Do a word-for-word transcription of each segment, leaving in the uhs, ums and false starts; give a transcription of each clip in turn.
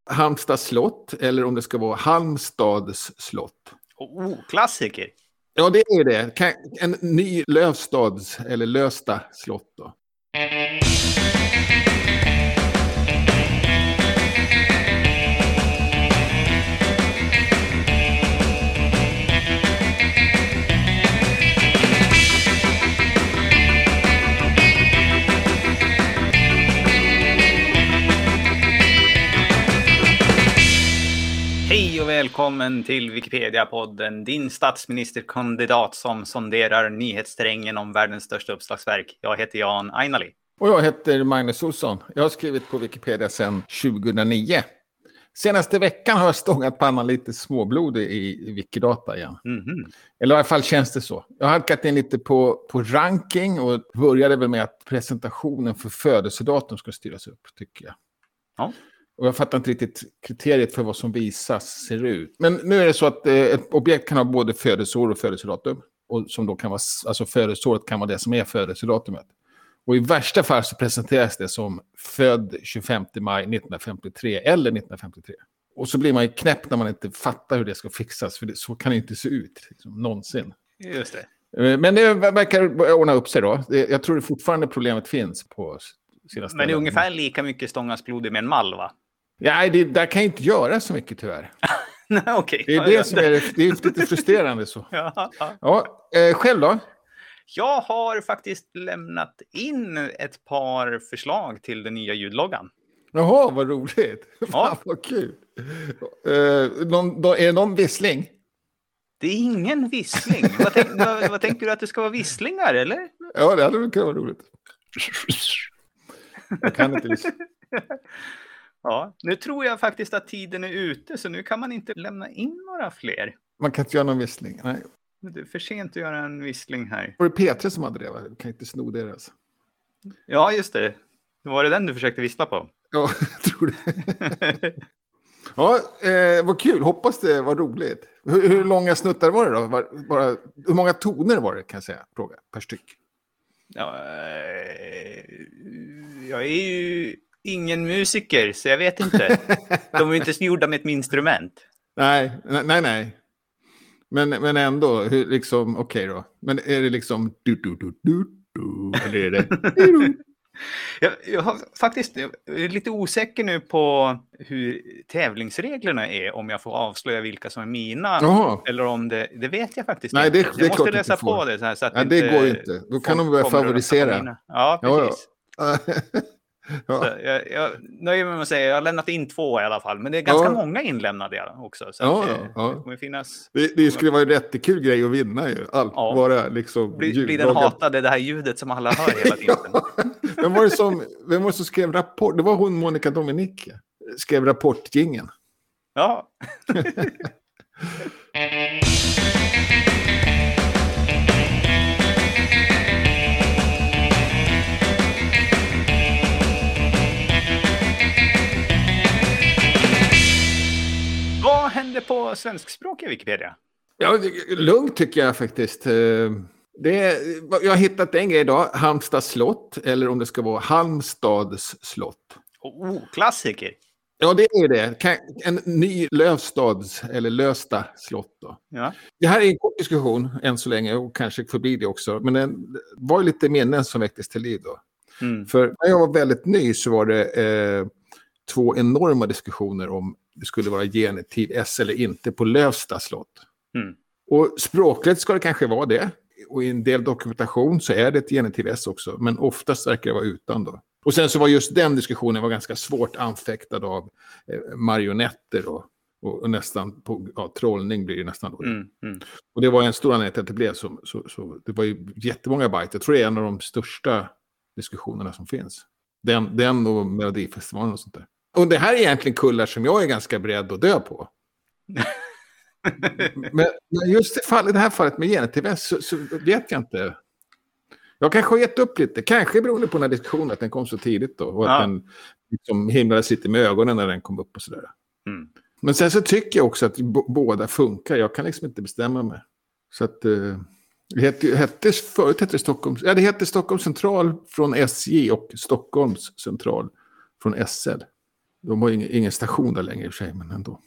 Halmstad slott eller om det ska vara Halmstads slott. Oh, klassiker. Ja, det är det. En ny Lövstads eller Lösta slott då. Hej och välkommen till Wikipedia-podden, din statsministerkandidat som sonderar nyhetsterrängen om världens största uppslagsverk. Jag heter Jan Ainali. Och jag heter Magnus Olsson. Jag har skrivit på Wikipedia sedan tjugohundranio. Senaste veckan har jag stångat pannan lite småblodig i Wikidata igen. Mm-hmm. Eller i alla fall känns det så. Jag har halkat in lite på, på ranking och började väl med att presentationen för födelsedatum ska styras upp, tycker jag. Ja. Och jag fattar inte riktigt kriteriet för vad som visas ser ut. Men nu är det så att eh, ett objekt kan ha både födelseår och födelsedatum. Och som då kan vara, alltså födelseåret kan vara det som är födelsedatumet. Och i värsta fall så presenteras det som född tjugofemte maj nittonhundrafemtiotre eller nittonhundrafemtiotre. Och så blir man ju knäpp när man inte fattar hur det ska fixas. För det, så kan det inte se ut liksom, någonsin. Just det. Men det verkar ordna upp sig då. Jag tror det fortfarande problemet finns på sina ställen. Men det är ungefär lika mycket stångas blodig med en mall, va? Ja, det där kan jag inte göra så mycket tyvärr. Nej, okej. Det är det som är, det är lite frustrerande så. Ja, ja. Ja, eh, själv då? Jag har faktiskt lämnat in ett par förslag till den nya ljudloggan. Jaha, vad roligt. Ja. Fan, vad kul. Eh, någon, då, är det någon vissling? Det är ingen vissling. vad, tänk, vad, vad tänker du att det ska vara visslingar, eller? Ja, det hade kunnat vara roligt. Jag kan inte vissla. Ja, nu tror jag faktiskt att tiden är ute, så nu kan man inte lämna in några fler. Man kan inte göra någon vissling, nej. Det är för sent att göra en vissling här. Var det Petra som hade det, va? Du kan inte sno deras. Ja, just det. Var det den du försökte vissla på? Ja, jag tror det. Ja, eh, vad kul. Hoppas det var roligt. Hur, hur långa snuttar var det då? Var, bara, hur många toner var det, kan jag säga, fråga, per styck? Ja, eh, jag är ju ingen musiker, så jag vet inte. De är ju inte gjorda med ett instrument. Nej, nej, nej. Men, men ändå, hur, liksom, okej okay då. Men är det liksom du, du, du, du, du, eller är det jag, jag har faktiskt jag är lite osäker nu på hur tävlingsreglerna är, om jag får avslöja vilka som är mina. Aha. Eller om det, det vet jag faktiskt nej, inte. Det, det jag måste läsa på det så här, så att ja, det inte går ju inte. Då kan de börja favorisera. Ja, precis. Ja, ja. Ja. Så jag, jag nöjer mig med att säga jag har lämnat in två i alla fall, men det är ganska ja. många inlämnade också, så ja, att, ja, ja. det kommer finnas. Det, det skulle vara en jättekul grej att vinna ju. Allt ja. bara liksom blir, blir den hatade det här ljudet som alla hör hela tiden. Ja. Vem var det som vem var det som skrev rapport? Det var hon Monica Dominique. Skrev rapportgingen. Ja. Vad händer på svenskspråkiga Wikipedia? Ja, lugnt tycker jag faktiskt. Det är, jag har hittat en grej idag. Halmstad slott, eller om det ska vara Halmstads slott. Oh, klassiker. Ja, det är det. En ny Lövstads eller Lösta slott då. Ja. Det här är en kort diskussion än så länge och kanske förbi det också. Men det var lite minnen som väcktes till liv då. Mm. För när jag var väldigt ny så var det eh, två enorma diskussioner om det skulle vara genitiv S eller inte på Lövsta slott. Mm. Och språkligt ska det kanske vara det. Och i en del dokumentation så är det ett genitiv S också. Men oftast verkar det vara utan då. Och sen så var just den diskussionen var ganska svårt anfäktad av eh, marionetter och, och, och nästan på ja, trollning blir det nästan då. Mm, mm. Och det var en stor anledning till att det blev så, så, så. Det var ju jättemånga byte. Jag tror det är en av de största diskussionerna som finns. Den, den och Melodifestivalen och sånt där. Och det här är egentligen kullar som jag är ganska beredd att dö på. men, men just i, fall, i det här fallet med genitiv S så, så vet jag inte. Jag kanske har gett upp lite. Kanske beroende på den här diskussionen att den kom så tidigt då. Och ja. att den liksom himlade sitt med ögonen när den kom upp och sådär. Mm. Men sen så tycker jag också att b- båda funkar. Jag kan liksom inte bestämma mig. Så att... Uh, det hette, hette, förut hette det Stockholms... Ja, det hette Stockholms central från S J och Stockholms central från S L. De har ingen, ingen station där längre i och för sig, men ändå.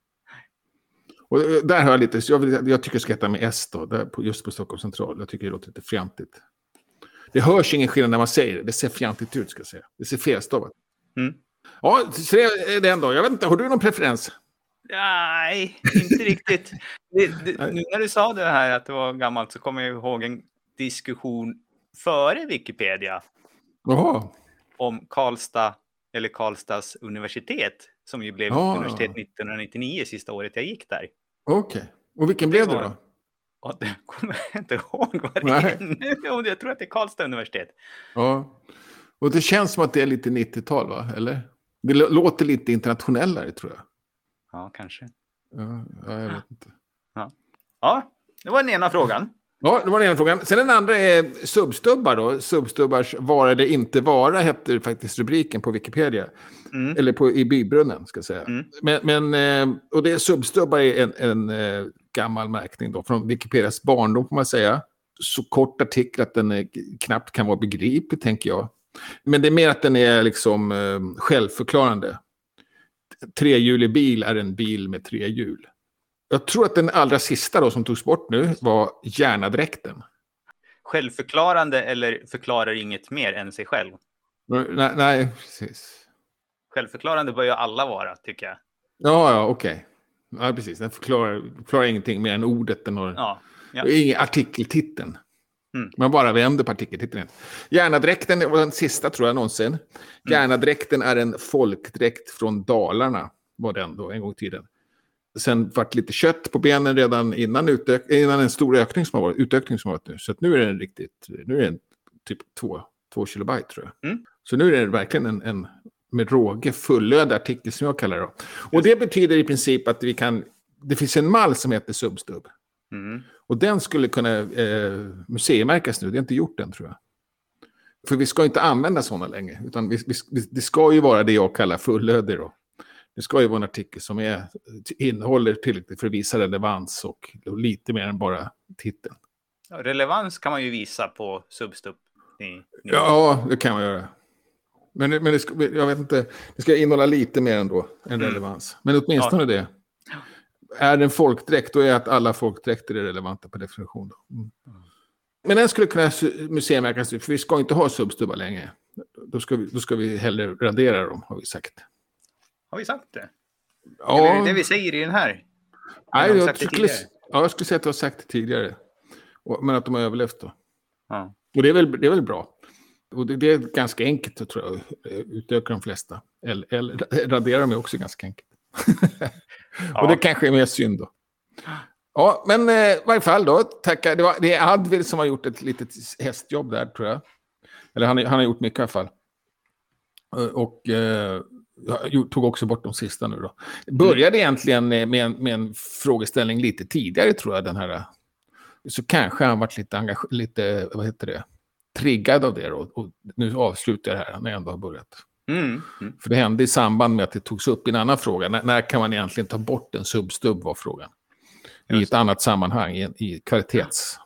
Och där har jag lite, jag, vill, jag tycker jag ska heta med S då, där på, just på Stockholm central. Jag tycker det låter lite fjantigt. Det hörs ingen skillnad när man säger det. Det ser fjantigt ut, ska jag säga. Det ser felstavat. Mm. Ja, så det är det ändå. Jag vet inte, har du någon preferens? Nej, inte riktigt. Det, det, nu när du sa det här att det var gammalt så kommer jag ihåg en diskussion före Wikipedia. Jaha. Om Karlstad eller Karlstads universitet som ju blev ja. universitet nittonhundranittionio, sista året jag gick där. Okej. Okay. Och vilken blev det, var... det då? Ja, det kommer jag inte ihåg vad det är nu. Jag tror att det är Karlstad universitet. Ja. Och det känns som att det är lite nittiotal, va? Eller? Det låter lite internationellare, tror jag. Ja, kanske. Ja, jag vet inte. Ja. Ja, det var den ena frågan. Ja, det var den ena frågan. Sen den andra är substubbar då. Substubbars vara eller inte vara heter faktiskt rubriken på Wikipedia. Mm. Eller på, i bybrunnen, ska jag säga. Mm. Men, men, och det är substubbar är en, en, en gammal märkning då. Från Wikipedias barndom, får man säga. Så kort artikel att den är, knappt kan vara begriplig, tänker jag. Men det är mer att den är liksom eh, självförklarande. Trehjulig bil är en bil med tre hjul. Jag tror att den allra sista då som togs bort nu var järnadräkten. Självförklarande eller förklarar inget mer än sig själv? Nej, nej precis. Självförklarande bör ju alla vara, tycker jag. Ja, ja, okej. Okay. Ja, precis. Den förklarar, förklarar ingenting mer än ordet. Den har, ja, ja. Ingen artikeltiteln. Mm. Man bara vänder på artikeltiteln. Järnadräkten var den sista, tror jag, någonsin. Mm. Järnadräkten är en folkdräkt från Dalarna, var den då en gång i tiden. Sen vart lite kött på benen redan innan, utök- innan en stor ökning som har varit, utökning som har varit nu. Så att nu är den riktigt, nu är den typ två, två kilobyte, tror jag. Mm. Så nu är det verkligen en, en med råge fullödig artikel som jag kallar det. Och det betyder i princip att vi kan, det finns en mall som heter Substub. Mm. Och den skulle kunna eh, museimärkas nu, det är inte gjort än, tror jag. För vi ska inte använda sådana länge, utan vi, vi, det ska ju vara det jag kallar fullödig då. Det ska ju vara en artikel som är, innehåller tillräckligt för att visa relevans och, och lite mer än bara titeln. Ja, relevans kan man ju visa på Substub. I, ja, det kan man göra. Men, men det ska, jag vet inte, det ska innehålla lite mer ändå än mm. relevans. Men åtminstone ja. det. Är det en folkdräkt, då är att alla folkdräkter är relevanta på definition. Då. Mm. Men den skulle kunna museimärkas, för vi ska inte ha Substubbar länge. Då ska vi, då ska vi hellre radera dem, har vi sagt. Har vi sagt det? Ja. Eller är det vi säger i den här? Nej, jag, skulle, ja, jag skulle säga att du har sagt det tidigare. Och, men att de har överlevt då. Ja. Och det är, väl, det är väl bra. Och det, det är ganska enkelt, tror jag. Utöka de flesta. Eller, eller radera dem är också ganska enkelt. Ja. Och det kanske är mer synd då. Ja, men eh, i varje fall då. Tacka. Det, var, det är Advil som har gjort ett litet hästjobb där, tror jag. Eller han, han har gjort mycket i alla fall. Och... Eh, jag tog också bort de sista nu då. Började egentligen med en, med en frågeställning lite tidigare, tror jag, den här. Så kanske han varit lite engagerad, lite, vad heter det, triggad av det då. Och nu avslutar jag det här när jag ändå har börjat. Mm. Mm. För det hände i samband med att det togs upp i en annan fråga. När, när kan man egentligen ta bort en substub, var frågan. Just. I ett annat sammanhang, i, i kvalitets.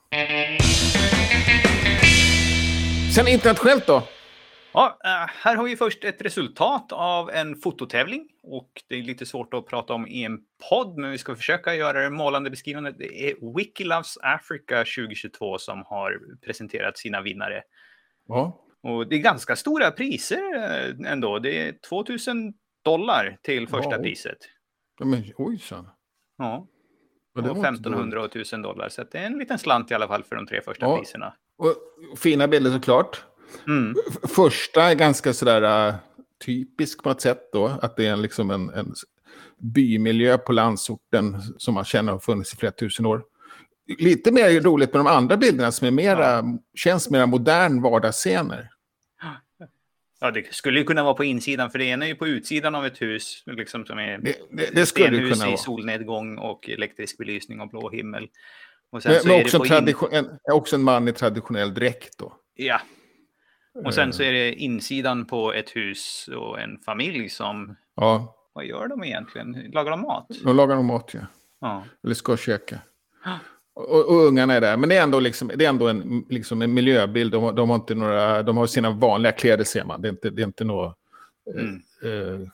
Sen internationellt då? Ja, här har vi först ett resultat av en fototävling och det är lite svårt att prata om i en podd, men vi ska försöka göra det målande beskrivande. Det är Wikiloves Africa tjugohundratjugotvå som har presenterat sina vinnare. Ja. Och det är ganska stora priser ändå. Det är tvåtusen dollar till första wow. priset. Ja, men oj så. Ja. Och femtonhundra och tusen dollar. Så det är en liten slant i alla fall för de tre första ja. priserna. Och fina bilder såklart. Mm. Första är ganska sådär uh, typisk på ett sätt då. Att det är liksom en, en bymiljö på landsorten som man känner har funnits i flera tusen år. Lite mer roligt med de andra bilderna som är mera, ja. känns mer modern vardagsscener. Ja, det skulle ju kunna vara på insidan, för det ena är ju på utsidan av ett hus liksom, som är det, det, det stenhus i vara. solnedgång och elektrisk belysning och blå himmel. Och sen men, så men är också, det på en tradition, in... en, också en man i traditionell dräkt då. Ja. Och sen så är det insidan på ett hus och en familj som... Ja. Vad gör de egentligen? Lagar de mat? De lagar de mat, ja. ja. Eller ska käka. Och, och ungarna är där. Men det är ändå, liksom, det är ändå en, liksom en miljöbild. De, de, har inte några, de har sina vanliga kläder, ser man. Det är inte, det är inte några mm. eh,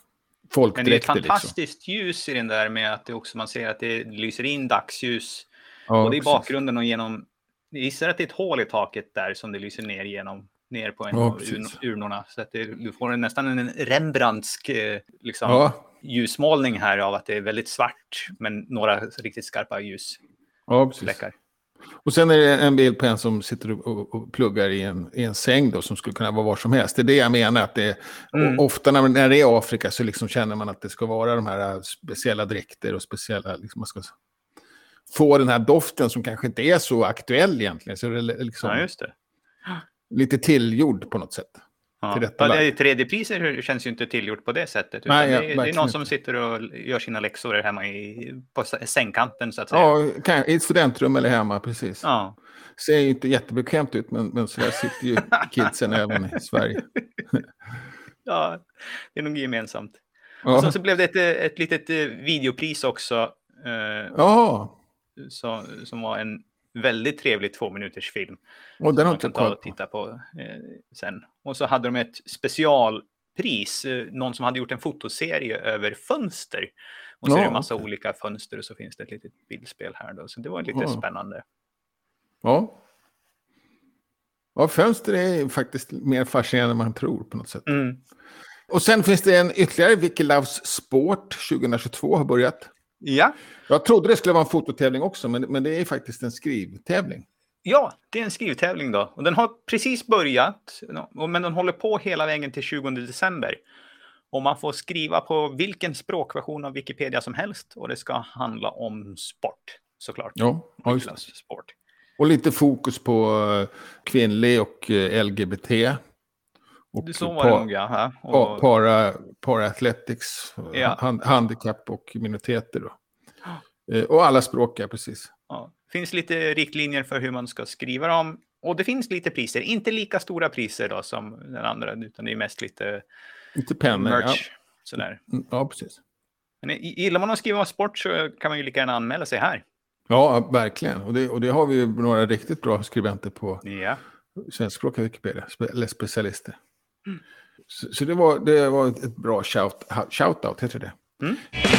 folkdräkter. Men det är ett fantastiskt liksom. ljus i den där med att det också man ser att det lyser in dagsljus. Ja, både i precis. bakgrunden och genom... Jag gissar att det är ett hål i taket där som det lyser ner genom. Ner på en Ja, av ur, urnorna. Så att det, du får en, nästan en Rembrandtsk liksom, Ja. ljusmålning här av att det är väldigt svart. Men några riktigt skarpa ljusfläckar. Ja, och sen är det en bild på en som sitter och, och pluggar i en, i en säng då, som skulle kunna vara var som helst. Det är det jag menar. Att det, mm. Ofta när, när det är Afrika så liksom känner man att det ska vara de här speciella dräkter och speciella... Liksom, man ska få den här doften som kanske inte är så aktuell egentligen. Så det är liksom ja, just det. Lite tillgjord på något sätt. Ja. Till ja, det är tredje priser känns ju inte tillgjort på det sättet. Utan Nej, ja, det, är, det är någon som sitter och gör sina läxor hemma i, på sängkanten så att säga. Ja, kan, i ett studentrum eller hemma, precis. Ja. Ser ju inte jättebekvämt ut, men, men så där sitter ju kidsen även i Sverige. Ja, det är nog gemensamt. Ja. Och så, så blev det ett, ett litet videopris också. Eh, ja. Så, som var en väldigt trevlig två minuters film. Och den har man kan ta och titta på eh, sen. Och så hade de ett specialpris. Eh, någon som hade gjort en fotoserie över fönster. Och så ja, är det en massa okay. olika fönster och så finns det ett litet bildspel här då. Så det var lite ja. spännande. Ja. Ja, fönster är faktiskt mer fascinerande än man tror på något sätt. Mm. Och sen finns det en ytterligare Wiki Loves Sport tjugohundratjugotvå har börjat. Ja. Jag trodde det skulle vara en fototävling också, men, men det är faktiskt en skrivtävling. Ja, det är en skrivtävling då. Och den har precis börjat, men den håller på hela vägen till tjugonde december. Och man får skriva på vilken språkversion av Wikipedia som helst. Och det ska handla om sport, såklart. Ja, ja just det. Sport. Och lite fokus på kvinnlig och L G B T. Och så var det nog, ja. Och para, para athletics, ja. hand, handikapp och minoriteter då. Och alla språk, ja, precis. Ja. Det finns lite riktlinjer för hur man ska skriva dem. Och det finns lite priser. Inte lika stora priser då som den andra, utan det är mest lite, lite pennor, merch. Ja. Sådär. Ja, precis. Men gillar man att skriva om sport så kan man ju lika gärna anmäla sig här. Ja, verkligen. Och det, och det har vi ju några riktigt bra skribenter på ja. svenskspråkiga Wikipedia, eller specialister. Mm. Så, så det var, det var ett bra shout, shout-out, heter det. Mm.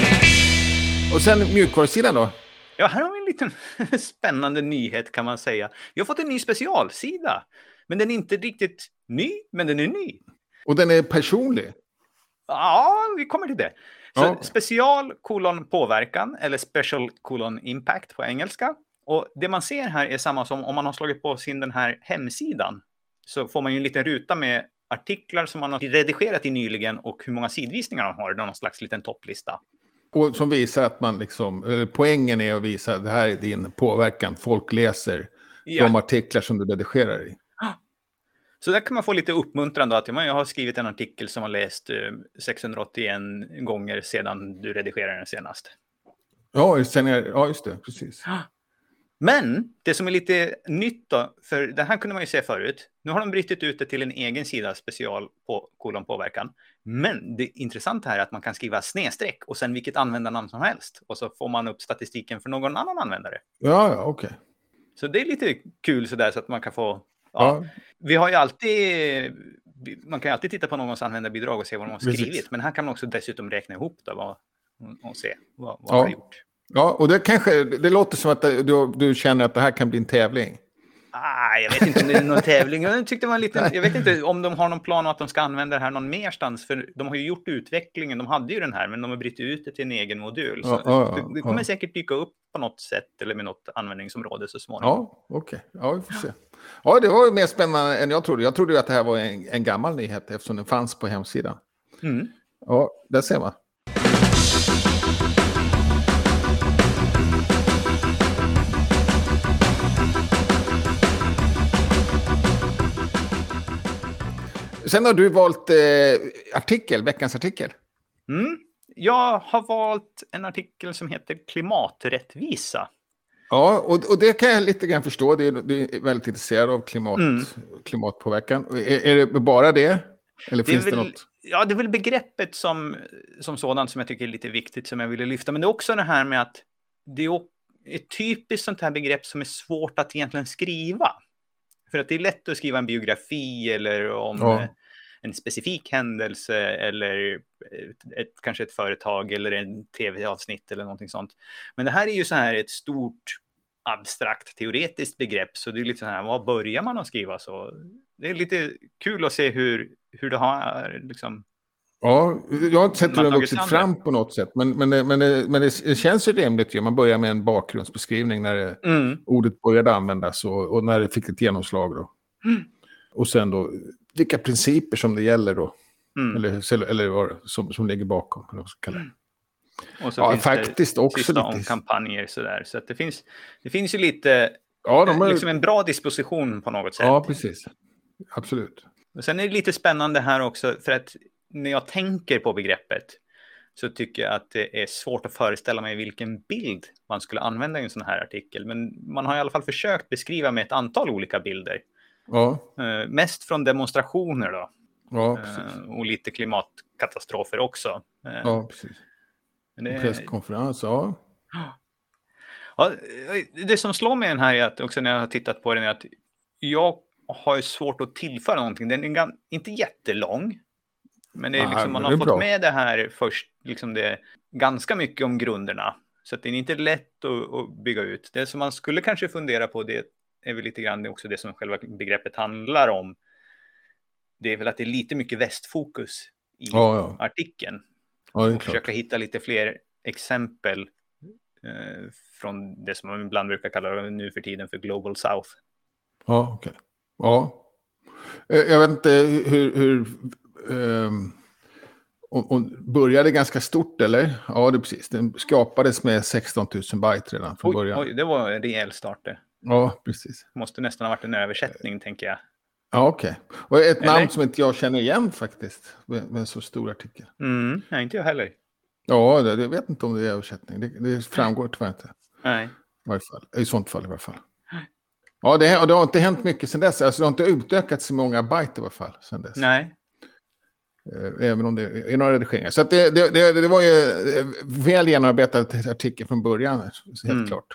Och sen mjukvarusidan då? Ja, här har vi en liten spännande nyhet kan man säga. Vi har fått en ny specialsida. Men den är inte riktigt ny, men den är ny. Och den är personlig? Ja, vi kommer till det. Så ja. Special kolon påverkan, eller special kolon impact på engelska. Och det man ser här är samma som om man har slagit på sin den här hemsidan. Så får man ju en liten ruta med artiklar som man har redigerat i nyligen och hur många sidvisningar de har. Det är någon slags liten topplista. Och som visar att man liksom, poängen är att visa att det här är din påverkan. Folk läser ja. de artiklar som du redigerar i. Så där kan man få lite uppmuntran då, att jag har skrivit en artikel som har läst sexhundraåttioen gånger sedan du redigerade den senast. Ja, sen är, ja just det, precis. Men det som är lite nytt då, för det här kunde man ju se förut. Nu har de brytit ut det till en egen sida, special på kolon påverkan. Men det intressanta här är att man kan skriva snedstreck och sen vilket användarnamn som helst. Och så får man upp statistiken för någon annan användare. Ja, ja, okej. Okay. Så det är lite kul sådär så att man kan få... Ja, ja. Vi har ju alltid... Man kan ju alltid titta på någons användarbidrag och se vad de har skrivit. Precis. Men här kan man också dessutom räkna ihop det vad, och se vad, vad ja. man har gjort. Ja, och det kanske, det låter som att du, du känner att det här kan bli en tävling. Ah, jag vet inte om det är någon tävling. Jag tyckte det var en liten, jag vet inte om de har någon plan att de ska använda det här någon merstans. För de har ju gjort utvecklingen, de hade ju den här, men de har brytt ut det till en egen modul. Så ja, ja, ja, det, det kommer ja. säkert dyka upp på något sätt eller med något användningsområde så småningom. Ja, okej. Okay. Ja, vi får se. Ja, det var mer spännande än jag trodde. Jag trodde ju att det här var en, en gammal nyhet eftersom den fanns på hemsidan. Mm. Ja, där ser man. Sen har du valt eh, artikel, veckans artikel. Mm. Jag har valt en artikel som heter Klimaträttvisa. Ja, och, och det kan jag lite grann förstå. Det är, det är väldigt intresserad av klimat, mm. klimatpåverkan. Är, är det bara det? Eller det finns väl, det något? Ja, det är väl begreppet som, som sådant som jag tycker är lite viktigt som jag ville lyfta. Men det är också det här med att det är ett typiskt sånt här begrepp som är svårt att egentligen skriva. För att det är lätt att skriva en biografi eller om... Ja. en specifik händelse eller ett, ett, kanske ett företag eller en tv-avsnitt eller någonting sånt. Men det här är ju så här ett stort abstrakt teoretiskt begrepp, så det är lite så här, vad börjar man att skriva så? Det är lite kul att se hur, hur det har liksom... Ja, jag har inte sett hur den vuxit fram på något sätt, men, men, men, men det, det känns ju rimligt ju. Man börjar med en bakgrundsbeskrivning när det, mm. ordet började användas och, och när det fick ett genomslag då. Mm. Och sen då, vilka principer som det gäller då. Mm. Eller, eller vad som, som ligger bakom. Eller vad ska kalla det. Mm. Och så ja, finns faktiskt det också lite om kampanjer sådär. Så att det finns, det finns ju lite, ja, de är... liksom en bra disposition på något sätt. Ja, precis. Absolut. Och sen är det lite spännande här också, för att när jag tänker på begreppet så tycker jag att det är svårt att föreställa mig vilken bild man skulle använda i en sån här artikel. Men man har i alla fall försökt beskriva med ett antal olika bilder. Ja. Uh, mest från demonstrationer då. Ja, precis. Uh, och lite klimatkatastrofer också. Uh, ja, precis. Det... Presskonferens, ja. ja. Det som slår mig den här är att också när jag har tittat på den är att jag har svårt att tillföra någonting. Den är inte jättelång. Men det är liksom, man har fått bra. med det här först, liksom det ganska mycket om grunderna. Så att det är inte lätt att, att bygga ut. Det som man skulle kanske fundera på, det är väl lite grann också det som själva begreppet handlar om. Det är väl att det är lite mycket västfokus i ja, ja. artikeln. Ja, och försöka hitta lite fler exempel eh, från det som man ibland brukar kalla nu för tiden för Global South. Ja, okej. Okay. Ja. Jag vet inte hur... hur... Um, och, och började ganska stort, eller? Ja, det är precis. Den skapades med sexton tusen byte redan från oj, början. Oj, det var en rejäl start det. Ja, precis. Måste nästan ha varit en översättning, uh, tänker jag. Ja, okej. Okay. Och ett eller? namn som inte jag känner igen faktiskt, med, med en så stor artikel. Mm, nej, inte jag heller. Ja, det, jag vet inte om det är översättning. Det, det framgår tyvärr inte. Nej. I varje fall. I sånt fall i varje fall. Ja, det, det har inte hänt mycket sedan dess. Alltså, det har inte utökats så många byte i alla fall sedan dess. Nej. Även om det är några redigeringar. Så att det, det, det, det var ju väl genomarbetad artikel från början. Helt mm. klart.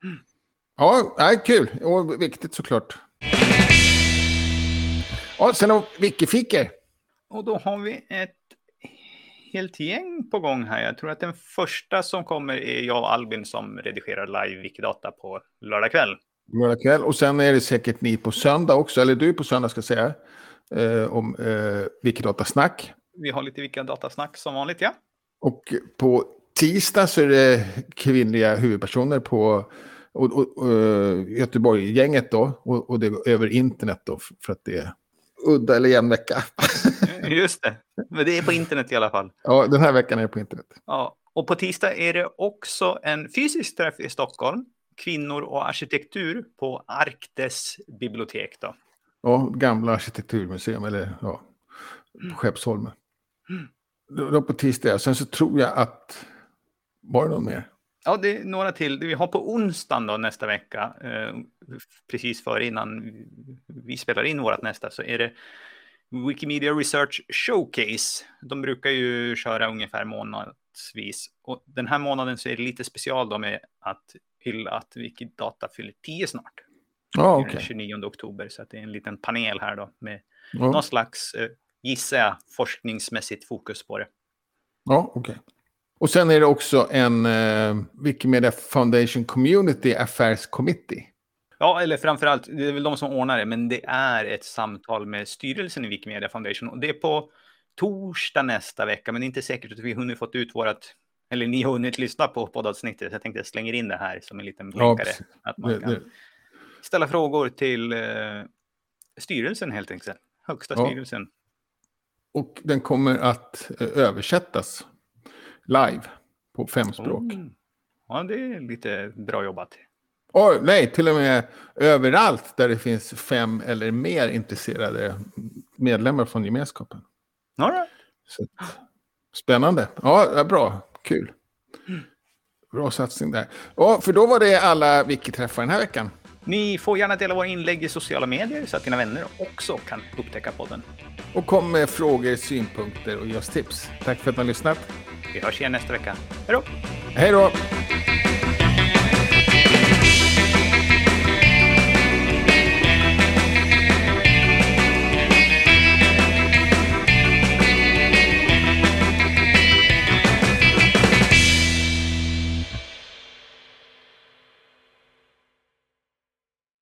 Ja, nej, kul. Och viktigt såklart. Ja, sen har Wikifiker. Och då har vi ett helt gäng på gång här. Jag tror att den första som kommer är jag och Albin som redigerar live Wikidata på lördag kväll. Lördag kväll. Och sen är det säkert ni på söndag också. Eller du på söndag ska jag säga. Eh, om eh, Wikidatasnack. Vi har lite Wikidatasnack som vanligt, ja. Och på tisdag så är det kvinnliga huvudpersoner på och, och, och, Göteborg-gänget då. Och, och det är över internet då för att det är udda eller jämn vecka. Just det, men det är på internet i alla fall. Ja, den här veckan är det på internet. Ja, och på tisdag är det också en fysisk träff i Stockholm. Kvinnor och arkitektur på Arktes bibliotek då. Ja, gamla arkitekturmuseum eller ja, på Skeppsholmen. Mm. Då på tisdag. Sen så tror jag att var det någon mer? Ja, det är några till. Vi har på onsdagen då nästa vecka, eh, precis före innan vi spelar in vårat nästa, så är det Wikimedia Research Showcase. De brukar ju köra ungefär månadsvis. Och den här månaden så är det lite special då med att hylla att Wikidata fyller tio snart. Ja, okej. Den tjugonionde oktober, så att det är en liten panel här då med ja. någon slags, eh, gissar jag, forskningsmässigt fokus på det. Ja, okej. Okay. Och sen är det också en eh, Wikimedia Foundation Community Affairs Committee. Ja, eller framförallt, det är väl de som ordnar det, men det är ett samtal med styrelsen i Wikimedia Foundation. Och det är på torsdag nästa vecka, men det är inte säkert att vi hunnit fått ut vårat, eller ni har hunnit lyssna på poddavsnittet. Så jag tänkte jag slänger in det här som en liten blinkare. Ja, att man kan det, det. ställa frågor till eh, styrelsen helt enkelt. Högsta ja. styrelsen. Och den kommer att eh, översättas live på fem språk. Oh. Ja, det är lite bra jobbat. Oh, nej, till och med överallt där det finns fem eller mer intresserade medlemmar från gemenskapen. All right. Så, spännande. Ja, bra. Kul. Bra satsning där. Ja, för då var det alla Wiki-träffar den här veckan. Ni får gärna dela våra inlägg i sociala medier så att dina vänner också kan upptäcka podden. Och kom med frågor, synpunkter och ge oss tips. Tack för att ni har lyssnat. Vi hörs igen nästa vecka. Hej då! Hej då!